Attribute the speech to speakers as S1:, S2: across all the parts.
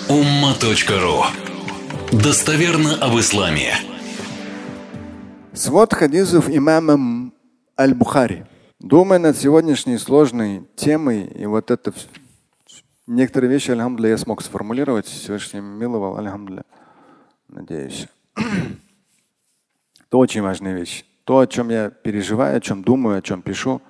S1: umma.ru. Достоверно об исламе.
S2: Свод хадисов имама Аль-Бухари. Думая над сегодняшней сложной темой, и вот это некоторые вещи, альхамдулилля, я смог сформулировать. Всевышний миловал, альхамдулилля. Надеюсь. Это очень важная вещь. То, о чем я переживаю, о чем думаю, о чем пишу.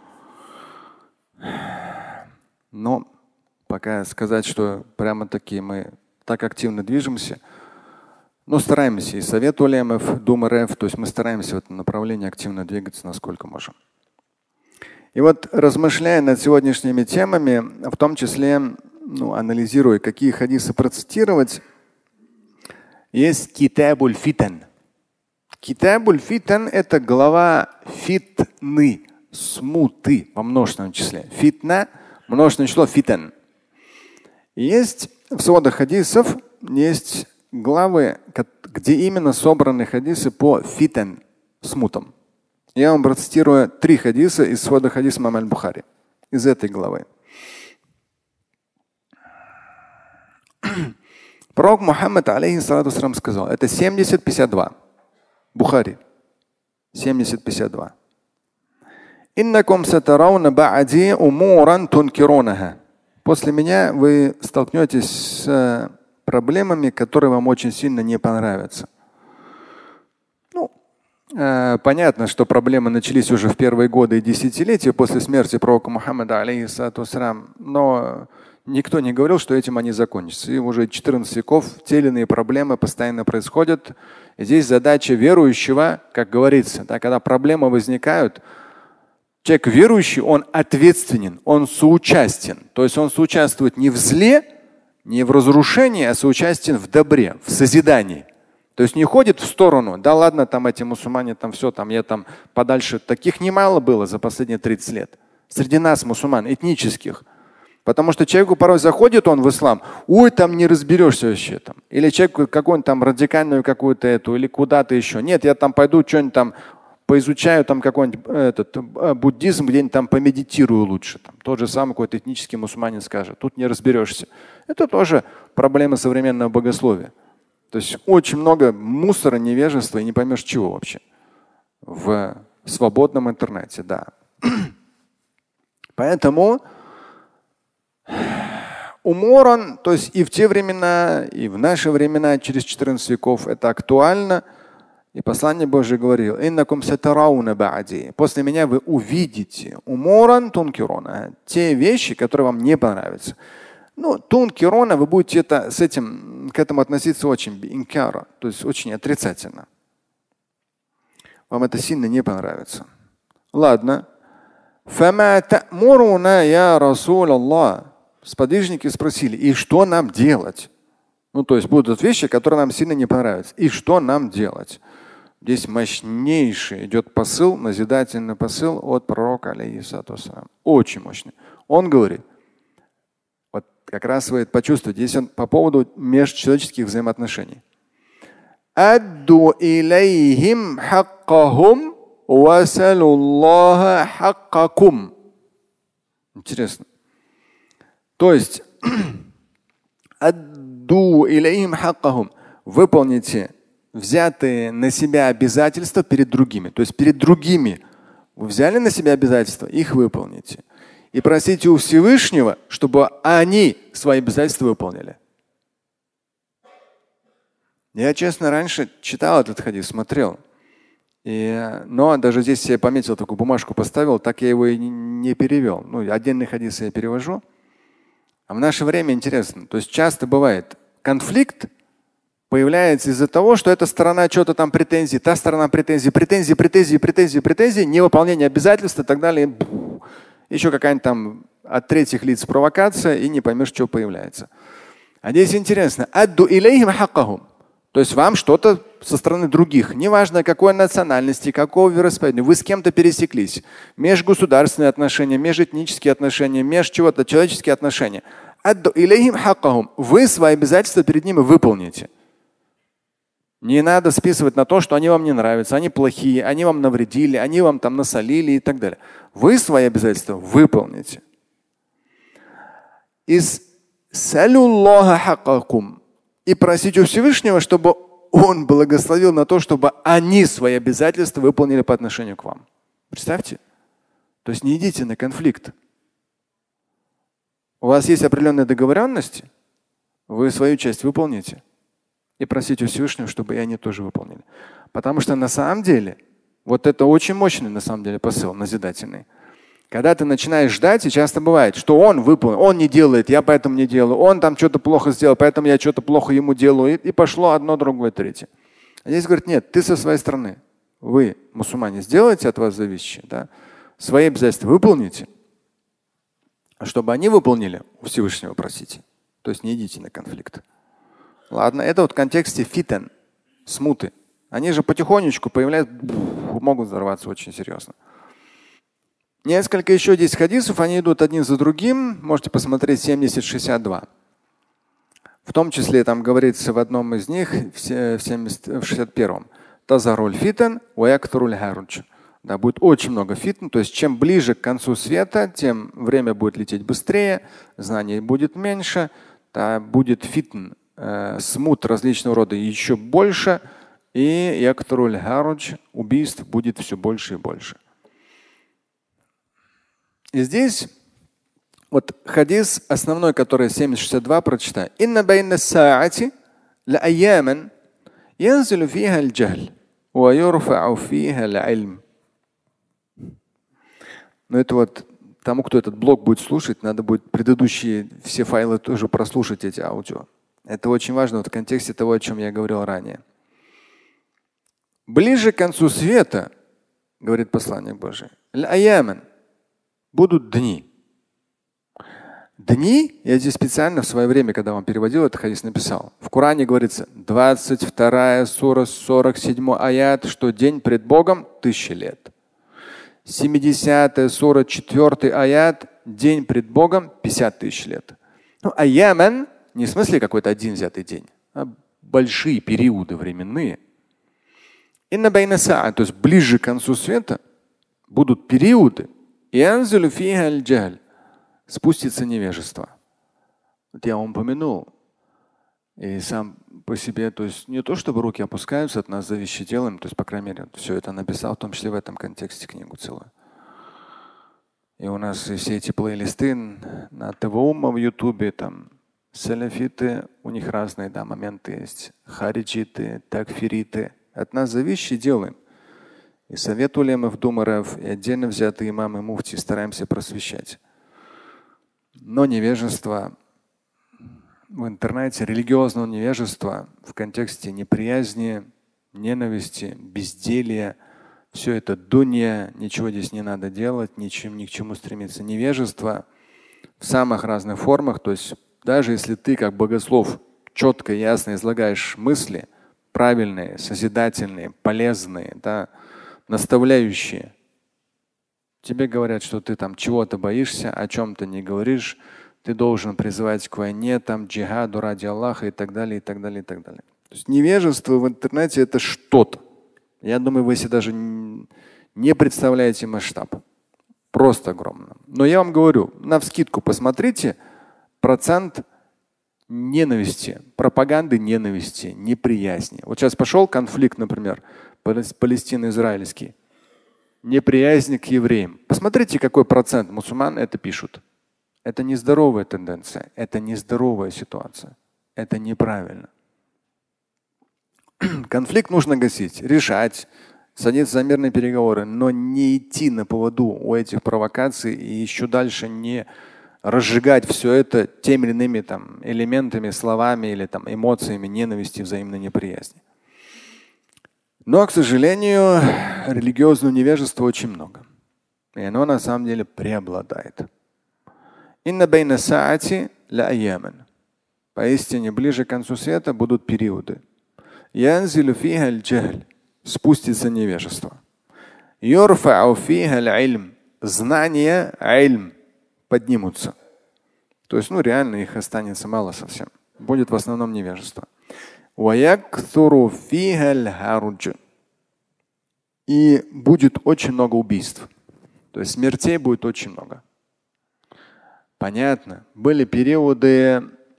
S2: Но пока сказать, что прямо-таки мы так активно движемся, но стараемся. И Совет улемов, Дума РФ, то есть мы стараемся в этом направлении активно двигаться, насколько можем. И вот размышляя над сегодняшними темами, в том числе анализируя, какие хадисы процитировать, есть Китабуль Фитан. Китабуль Фитан – это глава фитны, смуты во множественном числе. Фитна – множественное число фитан. И есть в сводах хадисов есть главы, где именно собраны хадисы по фитан, смутам. Я вам процитирую 3 хадиса из свода хадиса имама Аль-Бухари, из этой главы. Пророк Мухаммад, алейхиссалату вассалям, сказал, это 70-52. Бухари. 70-52. Иннакум сатарауна ба'ади умуран тункирунаха. После меня вы столкнетесь с проблемами, которые вам очень сильно не понравятся. Понятно, что проблемы начались уже в первые годы и десятилетия после смерти пророка Мухаммада, алейхиссалату вассалям, но никто не говорил, что этим они закончатся. И уже 14 веков те или иные проблемы постоянно происходят. И здесь задача верующего, как говорится, когда проблемы возникают, человек верующий, он ответственен, он соучастен. То есть он соучаствует не в зле, не в разрушении, а соучастен в добре, в созидании. То есть не ходит в сторону, да ладно, там эти мусульмане, там все, там я там подальше. Таких немало было за последние 30 лет. Среди нас, мусульман, этнических. Потому что человеку порой заходит он в ислам, ой, там не разберешься вообще. Там. Или человек какой-нибудь там радикальную какую-то эту, или куда-то еще. Нет, я там пойду что-нибудь там поизучаю, там какой-нибудь буддизм, где-нибудь там помедитирую лучше. Там. Тот же самый какой-то этнический мусульманин скажет, тут не разберешься. Это тоже проблема современного богословия. То есть очень много мусора, невежества и не поймешь чего вообще в свободном интернете, да. Поэтому уморан, то есть и в те времена, и в наши времена, через 14 веков, это актуально. И послание Божие говорил: «Иннакум сатарауна ба'ди». После меня вы увидите уморан тункирона, те вещи, которые вам не понравятся. Тункирона, вы будете к этому относиться очень инкара, то есть очень отрицательно. Вам это сильно не понравится. Ладно. Фама та'муруна я Расул Аллах. Сподвижники спросили, и что нам делать? То есть будут вещи, которые нам сильно не понравятся. И что нам делать? Здесь мощнейший идет посыл, назидательный посыл от пророка, алейхиссалату вассалям. Очень мощный. Он говорит, вот как раз вы это почувствуете, здесь он по поводу межчеловеческих взаимоотношений. Адду илейхим хаккахум васалуллаха хаккакум. Интересно. То есть адду илейхим хаккахум. Выполните взятые на себя обязательства перед другими. То есть перед другими вы взяли на себя обязательства, их выполните. И просите у Всевышнего, чтобы они свои обязательства выполнили. Я, честно, раньше читал этот хадис, смотрел. Но даже здесь я пометил, такую бумажку поставил, так я его и не перевел. Отдельный хадис я перевожу. А в наше время интересно. То есть часто бывает конфликт появляется из-за того, что эта сторона что-то там претензии, та сторона претензии, невыполнение обязательств и так далее. Еще какая-нибудь там от третьих лиц провокация, и не поймешь, что появляется. А здесь интересно. Адду илейхим хаккахум. То есть вам что-то со стороны других, неважно какой национальности, какого вероисповедания, вы с кем-то пересеклись. Межгосударственные отношения, межэтнические отношения, человеческие отношения. Адду илейхим хаккахум. Вы свои обязательства перед ними выполните. Не надо списывать на то, что они вам не нравятся, они плохие, они вам навредили, они вам там насолили и так далее. Вы свои обязательства выполните. Из салюллаха хаккакум. и просить у Всевышнего, чтобы Он благословил на то, чтобы они свои обязательства выполнили по отношению к вам. Представьте. То есть не идите на конфликт. У вас есть определенные договоренности, вы свою часть выполните и просите у Всевышнего, чтобы и они тоже выполнили. Потому что на самом деле, вот это очень мощный на самом деле посыл, назидательный. Когда ты начинаешь ждать, и часто бывает, что он выполнил, он не делает, я поэтому не делаю, он там что-то плохо сделал, поэтому я что-то плохо ему делаю, и пошло одно, другое, третье. А здесь говорит, нет, ты со своей стороны, вы, мусульмане, сделаете от вас зависящее, да? Свои обязательства выполните, а чтобы они выполнили, у Всевышнего просите. То есть не идите на конфликт. Ладно, это вот в контексте фитен, смуты. Они же потихонечку появляются, могут взорваться очень серьезно. Несколько еще здесь хадисов, они идут один за другим. Можете посмотреть 70-62. В том числе там говорится в одном из них, в 61-м. Тазаруль фитан уяктуруль харудж. Да, будет очень много фитн. То есть чем ближе к концу света, тем время будет лететь быстрее, знаний будет меньше, да, будет фитн, смут различного рода еще больше, и яктуруль харудж, убийств будет все больше и больше. И здесь вот хадис основной, который 762, прочитаю. Инна байна саати ла айяман янзилу фиха аль-джаhl ва юрфау фиха аль-илм. Но это вот тому, кто этот блог будет слушать, надо будет предыдущие все файлы тоже прослушать, эти аудио. Это очень важно вот в контексте того, о чем я говорил ранее. Ближе к концу света, говорит посланник Божий, ля-айяман, будут дни. Дни, я здесь специально в свое время, когда вам переводил этот хадис, написал. В Коране говорится 22 сура, 47 аят, что день пред Богом 1000 лет. 70 сура, 4 аят, день пред Богом 50 000 лет. Ну, аяман не в смысле какой-то один взятый день, а большие периоды временные. Инна байна саа, то есть ближе к концу света будут периоды, янзилу фиха аль-джаhl, спустится невежество. Вот я вам упомянул, и сам по себе, то есть не то, чтобы руки опускаются, от нас зависящее делаем, то есть, по крайней мере, все это написал, в том числе в этом контексте книгу целую. И у нас все эти плейлисты на ТВУМа в Ютубе, там салафиты, у них разные моменты есть, хариджиты, такфириты. От нас зависящее делаем. И совет улемов, думаров, и отдельно взятые имамы, муфти стараемся просвещать. Но невежество в интернете, религиозного невежества в контексте неприязни, ненависти, безделья, все это дунья, ничего здесь не надо делать, ни к чему стремиться. Невежество в самых разных формах. То есть даже если ты как богослов четко и ясно излагаешь мысли, правильные, созидательные, полезные, да, наставляющие, тебе говорят, что ты там чего-то боишься, о чем-то не говоришь, ты должен призывать к войне, там, джихаду ради Аллаха и так далее, и так далее, и так далее. То есть невежество в интернете – это что-то. Я думаю, вы себе даже не представляете масштаб. Просто огромно. Но я вам говорю, навскидку посмотрите процент ненависти, пропаганды ненависти, неприязни. Вот сейчас пошел конфликт, например, палестино-израильский. Неприязнь к евреям. Посмотрите, какой процент мусульман это пишут. Это нездоровая тенденция, это нездоровая ситуация. Это неправильно. Конфликт нужно гасить, решать, садиться за мирные переговоры, но не идти на поводу у этих провокаций и еще дальше не разжигать все это теми или иными элементами, словами или эмоциями ненависти, взаимной неприязни. Но, к сожалению, религиозного невежества очень много. И оно на самом деле преобладает. Инна байна саати ла айяман. Поистине, ближе к концу света будут периоды. Янзилу фиха аль-джаhl. Спустится невежество. Юрфау фиха аль-илм. Знания, ильм, поднимутся. То есть, реально их останется мало совсем. Будет в основном невежество. И будет очень много убийств. То есть смертей будет очень много. Понятно. Были периоды,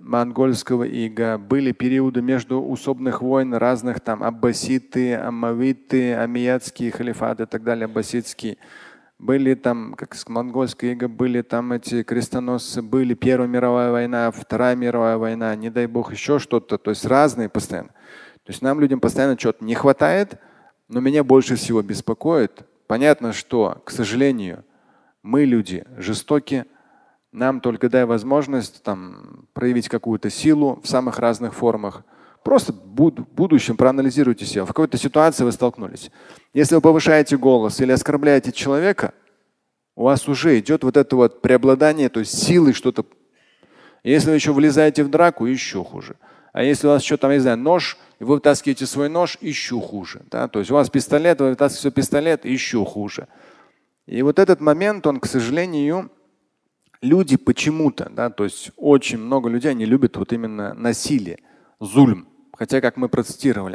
S2: монгольского ига, были периоды междуусобных войн разных, там аббаситы, аммавиты, амиятские халифаты и так далее, аббасидские. Были там, как с монгольской ига, были там эти крестоносцы, были Первая мировая война, Вторая мировая война, не дай бог еще что-то, то есть разные постоянно. То есть нам, людям, постоянно чего-то не хватает, но меня больше всего беспокоит. Понятно, что, к сожалению, мы, люди, жестоки. Нам только дай возможность там, проявить какую-то силу в самых разных формах. Просто в будущем проанализируйте себя. В какой-то ситуации вы столкнулись. Если вы повышаете голос или оскорбляете человека, у вас уже идет вот это вот преобладание, то есть силы что-то. Если вы еще влезаете в драку, еще хуже. А если у вас еще там, не знаю, нож, и вы вытаскиваете свой нож, еще хуже. Да? То есть у вас пистолет, вы вытаскиваете свой пистолет, еще хуже. И вот этот момент, он, к сожалению, люди почему-то, да, то есть очень много людей, они любят вот именно насилие, зульм. Хотя, как мы процитировали,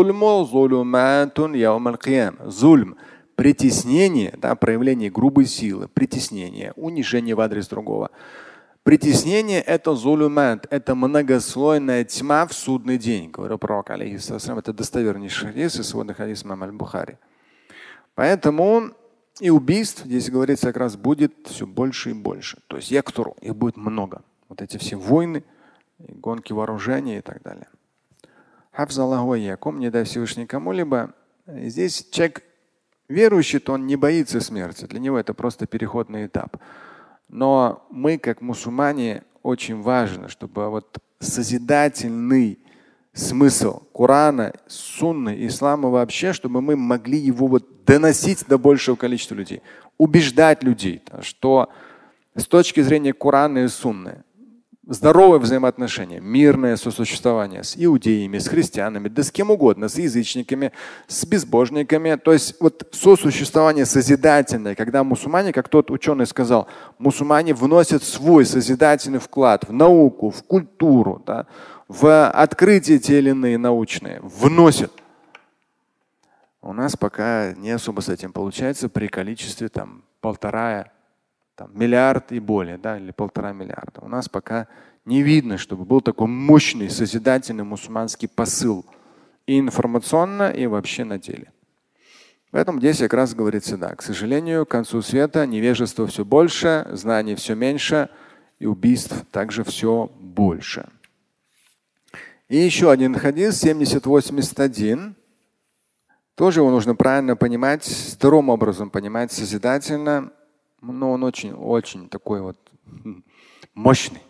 S2: зульм, притеснение, да, проявление грубой силы, притеснение, унижение в адрес другого. Притеснение – это зулюмат, это многослойная тьма в судный день, говорил пророк, алейхиссалям. Это достовернейший хадис из сводных хадисов имама аль-Бухари. Поэтому и убийств, здесь говорится, как раз будет все больше и больше. То есть их будет много. Вот эти все войны, гонки вооружения и так далее. Хафзаллаху айякум, не дай Всевышний кому-либо. Здесь человек верующий, то он не боится смерти. Для него это просто переходный этап. Но мы, как мусульмане, очень важно, чтобы вот созидательный смысл Корана, сунны, ислама вообще, чтобы мы могли его вот доносить до большего количества людей, убеждать людей, что с точки зрения Корана и сунны здоровое взаимоотношение, мирное сосуществование с иудеями, с христианами, да с кем угодно, с язычниками, с безбожниками. То есть вот сосуществование созидательное, когда мусульмане, как тот ученый сказал, мусульмане вносят свой созидательный вклад в науку, в культуру, да, в открытия те или иные научные, вносят. У нас пока не особо с этим получается при количестве там 1,5 миллиард и более, да, или 1,5 миллиарда. У нас пока не видно, чтобы был такой мощный созидательный мусульманский посыл и информационно, и вообще на деле. Поэтому здесь как раз говорится, да, к сожалению, к концу света невежество все больше, знаний все меньше, и убийств также все больше. И еще один хадис, 7081. Тоже его нужно правильно понимать, здоровым образом понимать, созидательно. Но он очень такой вот мощный.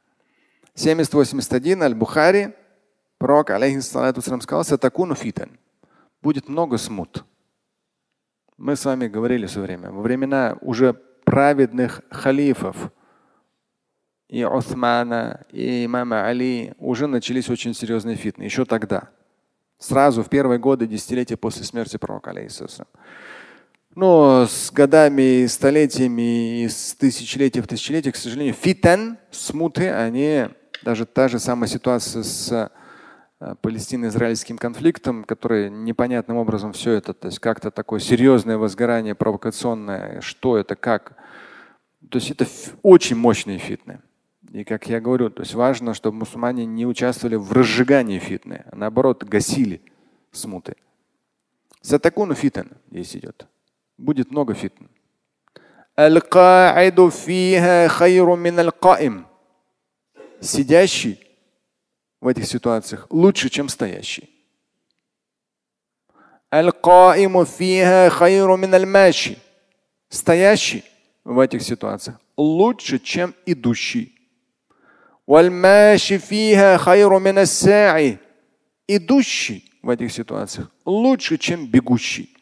S2: 7081 Аль-Бухари, пророк, алейхиссалату сказал, сатакуну фитан. Будет много смут. Мы с вами говорили в свое время, во времена уже праведных халифов, и Усмана, и имама Али, уже начались очень серьезные фитны. Еще тогда. Сразу в первые годы, десятилетия после смерти пророка, алейхиссалам. Но с годами, столетиями, с тысячелетия в тысячелетие, к сожалению, фитан, смуты, они, даже та же самая ситуация с палестино-израильским конфликтом, который непонятным образом все это, то есть как-то такое серьезное возгорание, провокационное, что это, как. То есть это очень мощные фитны. И как я говорю, то есть важно, чтобы мусульмане не участвовали в разжигании фитны, а наоборот гасили смуты. Сатакуну фитан здесь идет. Будет много фитн. Сидящий в этих ситуациях лучше, чем стоящий. Стоящий в этих ситуациях лучше, чем идущий. Идущий в этих ситуациях лучше, чем бегущий.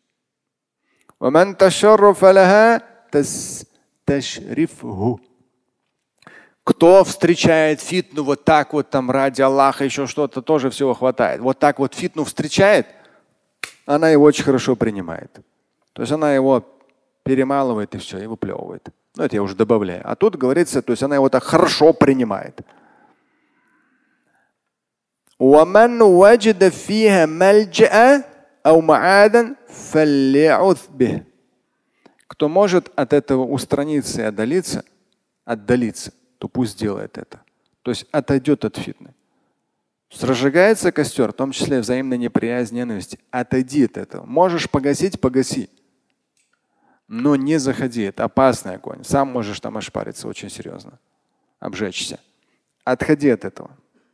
S2: Кто встречает фитну вот так вот там ради Аллаха, еще что-то, тоже всего хватает. Вот так вот фитну встречает, она его очень хорошо принимает. То есть она его перемалывает и все, и выплевывает. Ну, это я уже добавляю. А тут говорится, то есть она его так хорошо принимает. Кто может от этого устраниться и отдалиться, то пусть делает это. То есть отойдет от фитны. Разжигается костер, в том числе взаимной неприязни, ненависти. Отойди от этого. Можешь погасить, погаси. Но не заходи. Это опасный огонь. Сам можешь там ошпариться очень серьезно. Обжечься. Отходи от этого.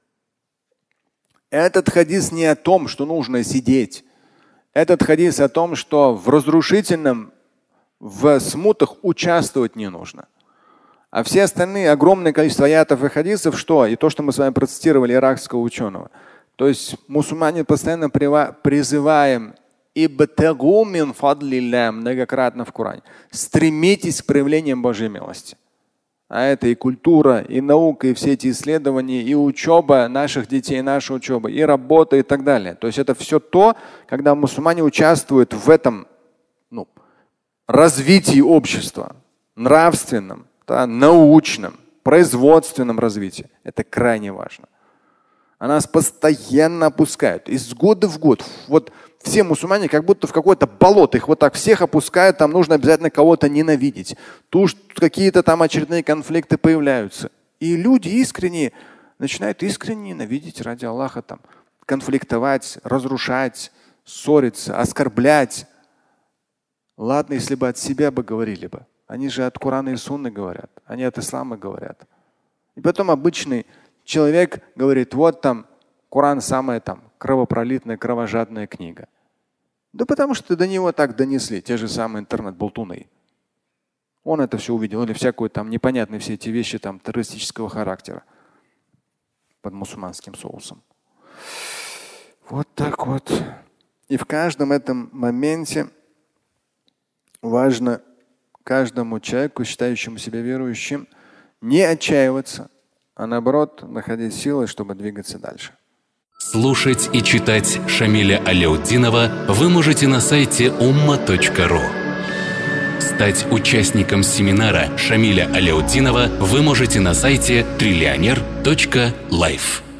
S2: Этот хадис не о том, что нужно сидеть. Этот хадис о том, что в разрушительном, в смутах участвовать не нужно. А все остальные огромное количество аятов и хадисов, что? И то, что мы с вами процитировали иракского ученого. То есть мусульмане постоянно призываем ибтагу мин фадлилля, многократно в Коране. Стремитесь к проявлениям Божьей милости. А это и культура, и наука, и все эти исследования, и учеба наших детей, наша учеба, и работа, и так далее. То есть это все то, когда мусульмане участвуют в этом развитии общества, нравственном, научном, производственном развитии. Это крайне важно. А нас постоянно опускают. Из года в год. Вот все мусульмане как будто в какое-то болото. Их вот так всех опускают, там нужно обязательно кого-то ненавидеть. Тут какие-то там очередные конфликты появляются. И люди искренне начинают искренне ненавидеть ради Аллаха, там, конфликтовать, разрушать, ссориться, оскорблять. Ладно, если бы от себя бы говорили бы. Они же от Корана и Сунны говорят. Они от ислама говорят. И потом обычный человек говорит, вот там Коран самая там кровопролитная, кровожадная книга. Да потому что до него так донесли те же самые интернет-болтуны. Он это все увидел. Или всякую там непонятные все эти вещи там террористического характера под мусульманским соусом. Вот так вот. И в каждом этом моменте важно каждому человеку, считающему себя верующим, не отчаиваться, а наоборот находить силы, чтобы двигаться дальше.
S1: Слушать и читать Шамиля Аляутдинова вы можете на сайте umma.ru. Стать участником семинара Шамиля Аляутдинова вы можете на сайте trillioner.life.